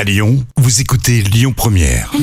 À Lyon, vous écoutez Lyon Première.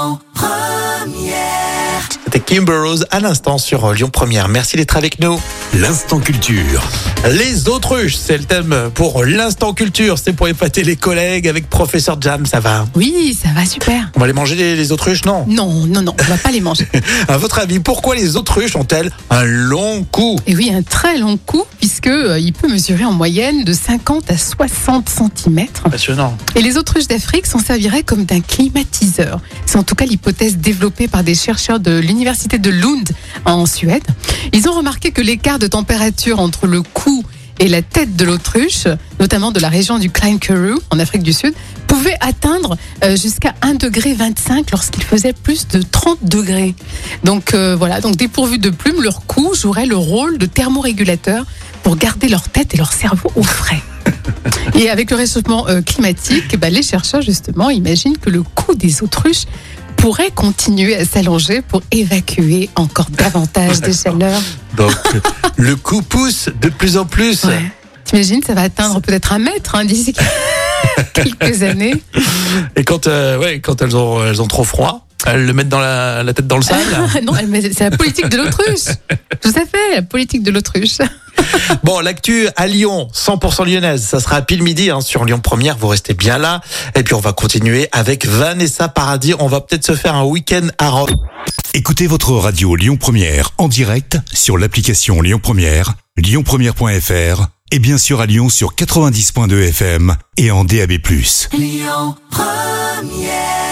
C'était Kim Burrows à l'instant sur Lyon Première. Merci d'être avec nous. L'instant culture. Les autruches, c'est le thème pour l'instant culture. C'est pour épater les collègues avec Professeur Jam, ça va? Oui, ça va super. On va les manger les autruches, non? Non, on va pas les manger. À votre avis, pourquoi les autruches ont-elles un long cou? Et oui, un très long cou, puisque il peut mesurer en moyenne de 50 à 60 cm. Passionnant. Et les autruches d'Afrique s'en serviraient comme d'un climatiseur. C'est en tout cas l'hypothèse développée par des chercheurs de l'université de Lund en Suède. Ils ont remarqué que l'écart de température entre le cou et la tête de l'autruche, notamment de la région du Klein Karoo en Afrique du Sud, pouvait atteindre jusqu'à 1,25 degré lorsqu'il faisait plus de 30 degrés. Donc voilà, donc dépourvus de plumes, leur cou jouerait le rôle de thermorégulateur pour garder leur tête et leur cerveau au frais. Et avec le réchauffement climatique, les chercheurs justement imaginent que le cou des autruches pourrait continuer à s'allonger pour évacuer encore davantage de chaleur. Donc, le cou pousse de plus en plus. Ouais. T'imagines, ça va atteindre peut-être 1 mètre d'ici quelques années. Et quand elles ont trop froid, elles le mettent dans la tête dans le sable. Non, c'est la politique de l'autruche. Tout à fait, la politique de l'autruche. Bon, l'actu à Lyon, 100% lyonnaise, ça sera à pile midi sur Lyon Première, vous restez bien là. Et puis on va continuer avec Vanessa Paradis, on va peut-être se faire un week-end à Rome. Écoutez votre radio Lyon Première en direct sur l'application Lyon Première, lyonpremière.fr et bien sûr à Lyon sur 90.2 FM et en DAB+. Lyon Première.